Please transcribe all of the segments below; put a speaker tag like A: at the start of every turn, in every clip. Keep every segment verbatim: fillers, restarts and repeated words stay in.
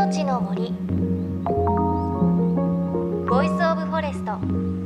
A: 命の森ボイスオブフォレスト。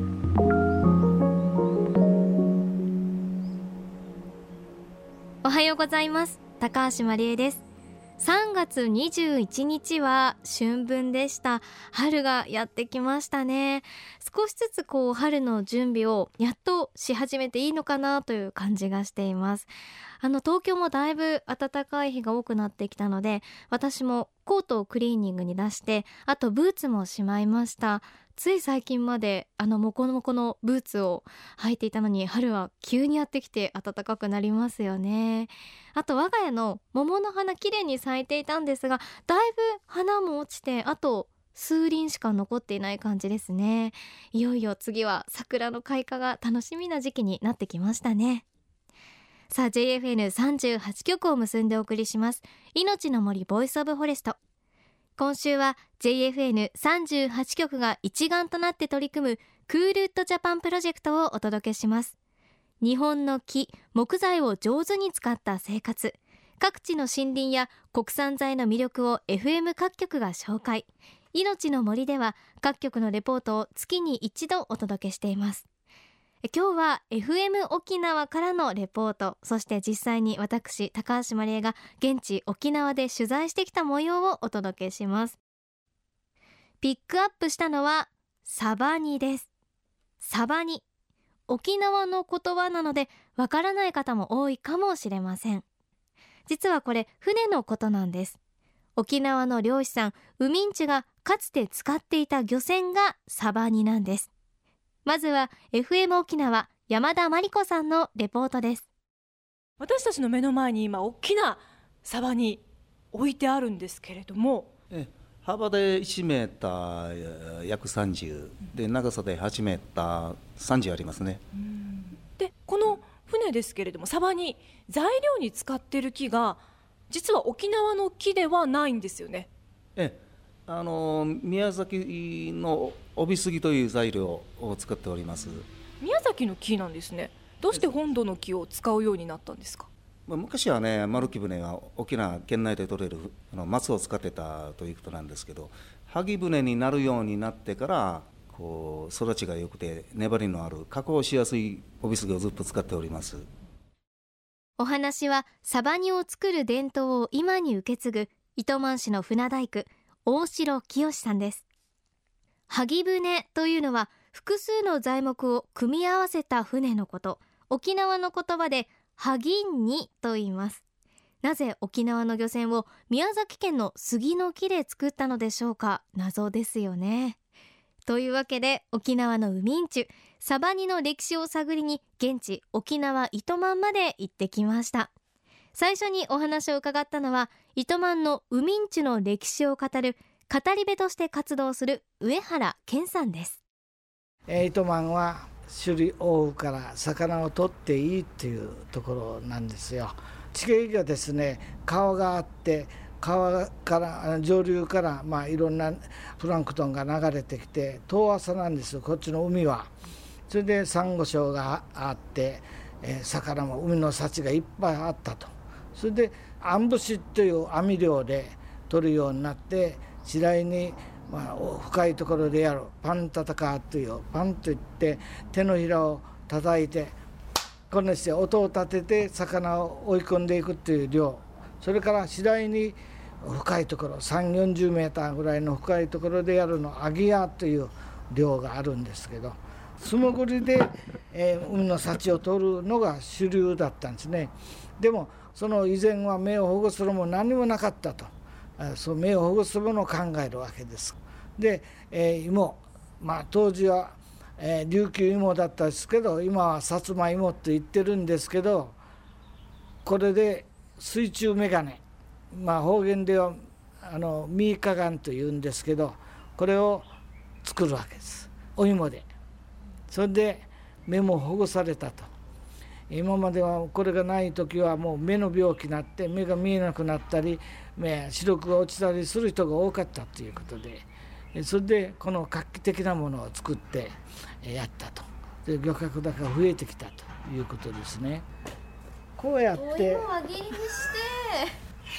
A: おはようございます。高橋まりえです。さんがつにじゅういちにちは春分でした。春がやってきましたね。少しずつこう春の準備をやっとし始めていいのかなという感じがしています。あの東京もだいぶ暖かい日が多くなってきたので、私もコートをクリーニングに出して、あとブーツもしまいました。つい最近まであのモコモコのブーツを履いていたのに、春は急にやってきて暖かくなりますよね。あと我が家の桃の花綺麗に咲いていたんですが、だいぶ花も落ちて、あと数輪しか残っていない感じですね。いよいよ次は桜の開花が楽しみな時期になってきましたね。さあ ジェイエフエヌさんじゅうはち 局を結んでお送りします命の森ボイスオブフォレスト。今週は ジェイエフエヌさんじゅうはち 局が一丸となって取り組むクールウッドジャパンプロジェクトをお届けします。日本の木、木材を上手に使った生活、各地の森林や国産材の魅力を エフエム 各局が紹介。命の森では各局のレポートを月に一度お届けしています。今日は エフエム 沖縄からのレポート、そして実際に私高橋まりえが現地沖縄で取材してきた模様をお届けします。ピックアップしたのはサバニです。サバニ、沖縄の言葉なのでわからない方も多いかもしれません。実はこれ船のことなんです。沖縄の漁師さんウミンチュがかつて使っていた漁船がサバニなんです。まずは エフエム 沖縄山田真理子さんのレポートです。
B: 私たちの目の前に今大きなサバニ置いてあるんですけれども、
C: え幅でいちメーター約さんじゅうで、長さではちメーターさんじゅうありますね。
B: うんでこの船ですけれども、サバニ材料に使っている木が実は沖縄の木ではないんですよね。
C: えあの宮崎の帯杉という材料を使っております。
B: 宮崎の木なんですね。どうして本土の木を使うようになったんですか？
C: 昔はね、丸木舟が沖縄県内で取れるあの松を使ってたということなんですけど、萩舟になるようになってからこう育ちが良くて粘りのある加工しやすい帯杉をずっと使っております。
A: お話はサバニを作る伝統を今に受け継ぐ糸満市の船大工大城清さんです。萩舟というのは複数の材木を組み合わせた船のこと。沖縄の言葉で萩にと言います。なぜ沖縄の漁船を宮崎県の杉の木で作ったのでしょうか。謎ですよね。というわけで沖縄のウミンチュ、サバニの歴史を探りに現地沖縄糸満まで行ってきました。最初にお話を伺ったのは糸満のウミンチュの歴史を語る語り部として活動する上原健さんです。
D: えー、糸満は首里大府から魚を取っていいっていうところなんですよ。地形がですね、川があって川から上流から、まあ、いろんなプランクトンが流れてきて遠浅なんですよ、こっちの海は。それでサンゴ礁があって、えー、魚も海の幸がいっぱいあったと。それでアンブシという網漁で取るようになって、次第に、まあ、深いところでやるパンタタカーという、パンといって手のひらを叩いてこんなして音を立てて魚を追い込んでいくという漁。それから次第に深いところさんじゅうよんじゅうメーターぐらいの深いところでやるのアギヤという漁があるんですけど、素潜りで、えー、海の幸を取るのが主流だったんですね。でもその以前は目を保護するもの何もなかったと、そう目を保護するものを考えるわけです。で、えー、芋、まあ、当時は、えー、琉球芋だったんですけど、今は薩摩芋って言ってるんですけど、これで水中メガネ、まあ、方言ではあのミーカガンというんですけど、これを作るわけです、お芋で。それで目も保護されたと。今まではこれがない時はもう目の病気になって目が見えなくなったり、目視力が落ちたりする人が多かったということで、それでこの画期的なものを作ってやったと。で漁獲高が増えてきたということですね。こうやって
A: お芋を輪切りにして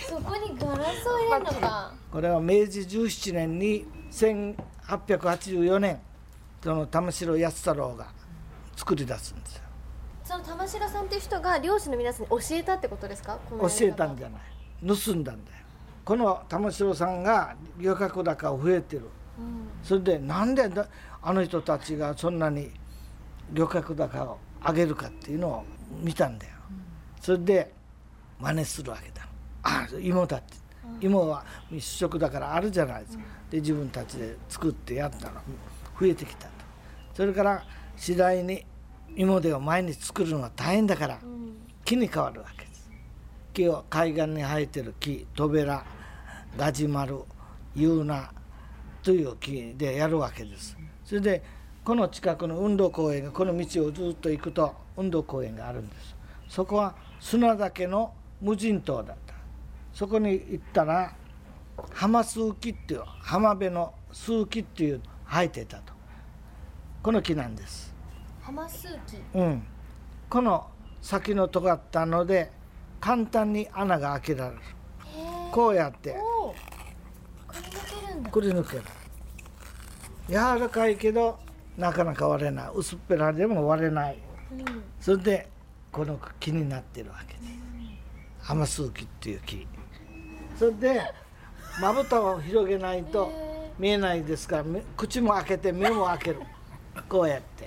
A: そこにガラスを入れるのか。
D: これは明治じゅうななねんにせんはっぴゃくはちじゅうよねんその玉城康太郎が作り出すんですよ。
A: その玉城さんっていう人が漁師の皆さんに教えたってことですか？この
D: 教えたんじゃない、盗んだんだよ。この玉城さんが漁獲高を増えてる、うん、それでなんでだあの人たちがそんなに漁獲高を上げるかっていうのを見たんだよ、うん、それで真似するわけだ。あ、芋だって、うん、芋は密食だからあるじゃないですか、うん、で自分たちで作ってやったの増えてきたと。それから次第に芋でを毎日作るのは大変だから、うん、木に変わるわけです。木を海岸に生えてる木、トベラ、ガジマル、ユーナという木でやるわけです。それでこの近くの運動公園が、この道をずっと行くと運動公園があるんです。そこは砂だけの無人島だった。そこに行ったら浜数木っていう浜辺の数木っていう生えてたと。この木なんです。
A: 浜数木、
D: うん、この先の尖ったので簡単に穴が開けられる。こうやって
A: くり抜けるんだ。
D: くり抜ける。柔らかいけどなかなか割れない、薄っぺらでも割れない、うん、それでこの木になってるわけです。浜数木っていう木。それでまぶたを広げないと見えないですから、口も開けて目も開ける。こうやって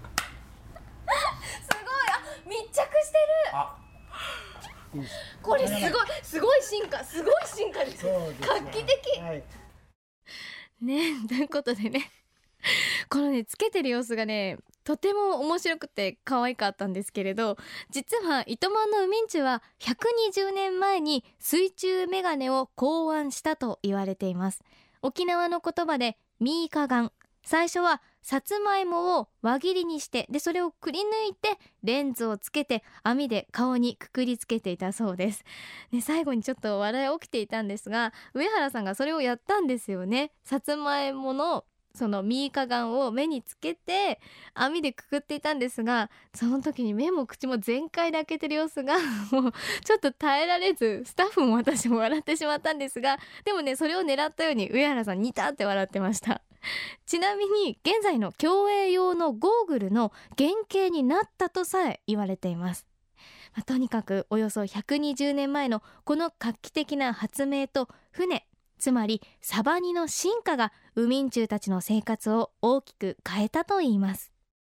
A: すごい、あ、密着してる。あ、これすごい、すごい進化、すごい進化です。画期的、はい、ね。ということでね、このねつけてる様子がねとても面白くて可愛かったんですけれど、実は糸満のウミンチュはひゃくにじゅうねんまえに水中メガネを考案したと言われています。沖縄の言葉でミーカガン、最初はさつまいもを輪切りにして、でそれをくり抜いてレンズをつけて網で顔にくくりつけていたそうです、ね、最後にちょっと笑い起きていたんですが、上原さんがそれをやったんですよね。さつまいものそのミーカガンを目につけて網でくくっていたんですが、その時に目も口も全開で開けてる様子がもうちょっと耐えられず、スタッフも私も笑ってしまったんですが、でもねそれを狙ったように上原さんニタって笑ってました。ちなみに現在の競泳用のゴーグルの原型になったとさえ言われています。まあ、とにかくおよそひゃくにじゅうねんまえのこの画期的な発明と船、つまりサバニの進化がウミンチュたちの生活を大きく変えたといいます。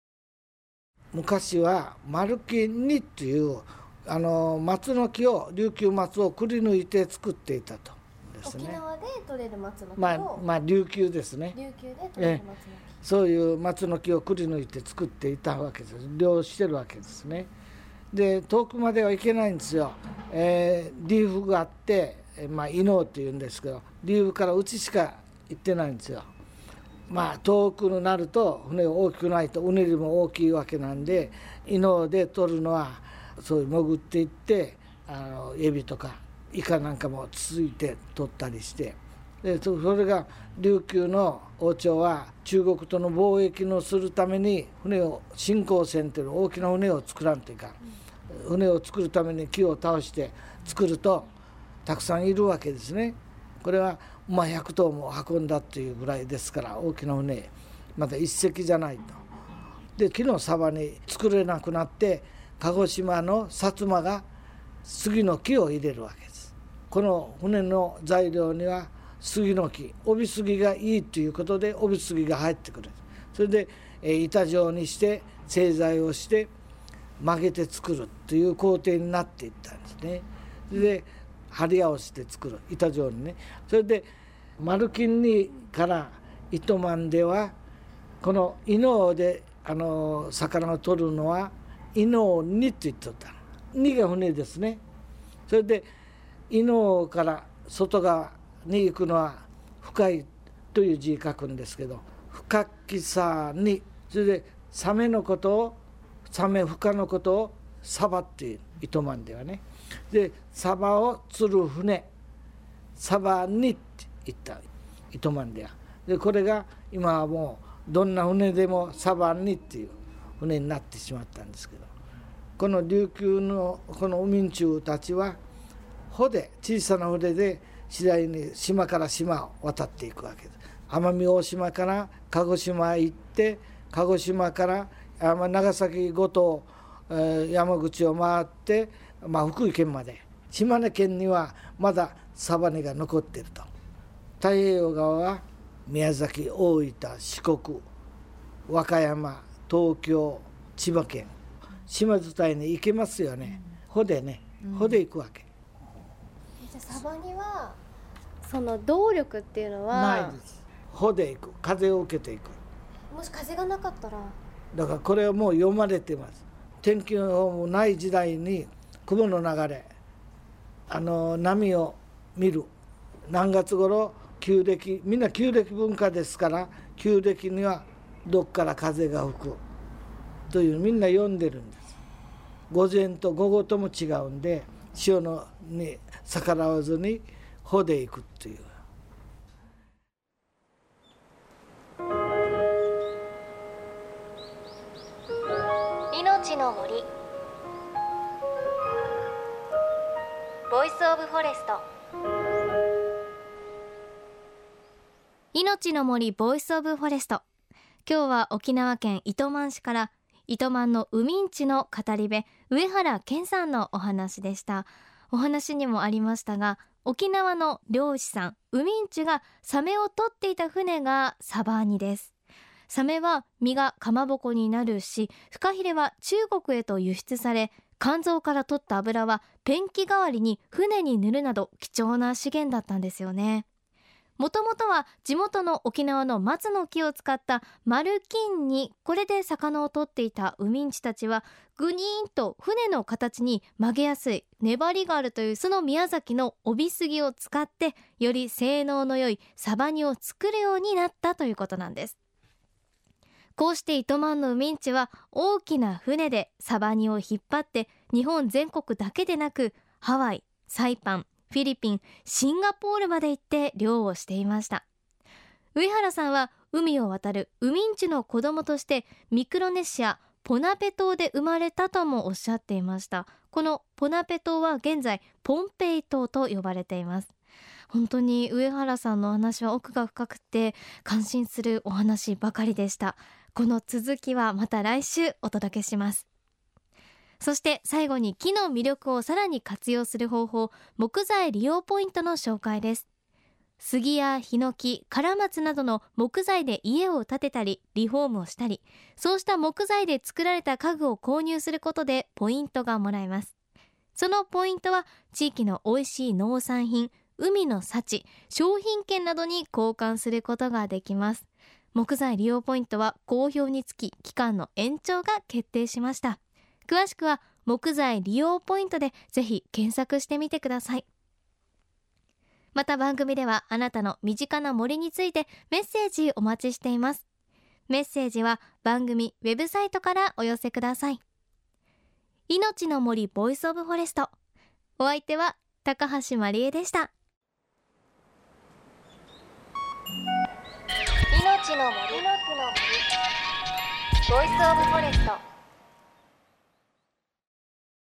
D: 昔は丸木にっていうあの松の木を、琉球松をくり抜いて作っていたとですね。
A: 沖縄で取れる松の木を、
D: まあ、まあ琉球ですね。
A: 琉球で取れる松の木、
D: そういう松の木をくり抜いて作っていたわけです。漁してるわけですね。で遠くまでは行けないんですよ。えー、リーフがあって、まあ、伊能っていうんですけど、リーフからうちしか行ってないんですよ。まあ遠くになると船が大きくないとうねりも大きいわけなんで、伊能で取るのはそういう潜っていって、あのエビとかイカなんかもついて取ったりして、でそれが琉球の王朝は中国との貿易のするために船を、新港船という大きな船を作らんというか、船を作るために木を倒して作るとたくさんいるわけですね。これはまあひゃくトンも運んだっていうぐらいですから、大きな船また一隻じゃないと。で木のサバに作れなくなって、鹿児島の薩摩が杉の木を入れるわけです。この船の材料には杉の木、帯杉がいいということで帯杉が入ってくる。それで、えー、板状にして製材をして曲げて作るという工程になっていったんですね。で張り合わせて作る板状にね。それで丸金にから糸満ではこの伊能であの魚を取るのは伊能にって言ってた。にが船ですね。それで伊能から外側に行くのは深いという字書くんですけど、深きさに、それでサメのことを、サメ深のことをサバっていう糸満ではね。でサバを釣る船、サバにって言った糸満では。でこれが今はもうどんな船でもサバにっていう船になってしまったんですけど、この琉球のこのウミンチュたちは船、小さな船で次第に島から島を渡っていくわけです。奄美大島から鹿児島へ行って、鹿児島から長崎五島、山口を回って、まあ、福井県まで。島根県にはまだサバネが残っていると。太平洋側は宮崎、大分、四国、和歌山、東京、千葉県、島伝いに行けますよね。帆でね、帆で行くわけ。
A: じゃあサバにはその動力っていうのは
D: ないです。帆で行く、風を受けていく。
A: もし風がなかったら、
D: だからこれはもう読まれてます。天気予報もない時代に雲の流れ、あの波を見る。何月頃旧暦、みんな旧暦文化ですから、旧暦にはどっから風が吹くというみんな読んでるんです。午前と午後とも違うんで、潮のに逆らわずに帆で行くっていう。
A: 命の森ボイスオブフォレスト。命の森ボイスオブフォレスト。今日は沖縄県糸満市から糸満のウミンチの語り部上原健さんのお話でした。お話にもありましたが、沖縄の漁師さんウミンチがサメを取っていた船がサバーニです。サメは身がかまぼこになるし、フカヒレは中国へと輸出され、肝臓から取った油はペンキ代わりに船に塗るなど貴重な資源だったんですよね。もともとは地元の沖縄の松の木を使った丸金に、これで魚を取っていたウミンチたちはグニーンと船の形に曲げやすい粘りがあるというその宮崎の帯杉を使って、より性能の良いサバ煮を作るようになったということなんです。こうして糸満のウミンチは大きな船でサバ煮を引っ張って日本全国だけでなくハワイ、サイパン、フィリピン、シンガポールまで行って漁をしていました。上原さんは海を渡るウミンチの子供としてミクロネシアポナペ島で生まれたともおっしゃっていました。このポナペ島は現在ポンペイ島と呼ばれています。本当に上原さんのお話は奥が深くて感心するお話ばかりでした。この続きはまた来週お届けします。そして最後に木の魅力をさらに活用する方法、木材利用ポイントの紹介です。杉やヒノキ、カラマツなどの木材で家を建てたりリフォームをしたり、そうした木材で作られた家具を購入することでポイントがもらえます。そのポイントは地域の美味しい農産品、海の幸、商品券などに交換することができます。木材利用ポイントは好評につき期間の延長が決定しました。詳しくは木材利用ポイントでぜひ検索してみてください。また番組ではあなたの身近な森についてメッセージお待ちしています。メッセージは番組ウェブサイトからお寄せください。命の森ボイスオブフォレスト。お相手は高橋まりえでした。命の森ボイスオブフォレスト。